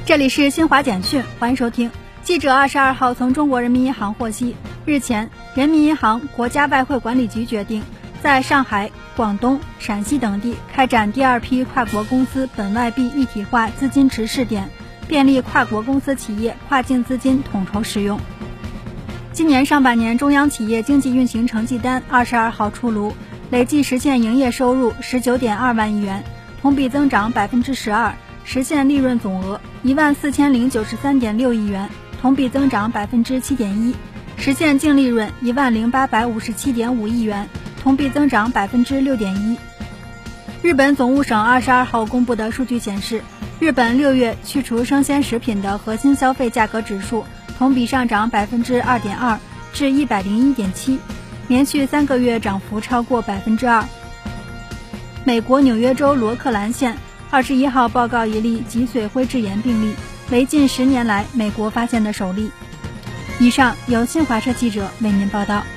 这里是新华简讯，欢迎收听。记者22号从中国人民银行获悉，日前，人民银行国家外汇管理局决定，在上海、广东、陕西等地开展第二批跨国公司本外币一体化资金池试点，便利跨国公司企业跨境资金统筹使用。今年上半年中央企业经济运行成绩单22号出炉，累计实现营业收入19.2万亿元，同比增长12%，实现利润总额14093.6亿元，同比增长7.1%，实现净利润10857.5亿元，同比增长6.1%。日本总务省22号公布的数据显示，日本6月去除生鲜食品的核心消费价格指数同比上涨2.2%至101.7，连续3个月涨幅超过2%。美国纽约州罗克兰县21号报告一例脊髓灰质炎病例，为近10年来美国发现的首例。以上由新华社记者为您报道。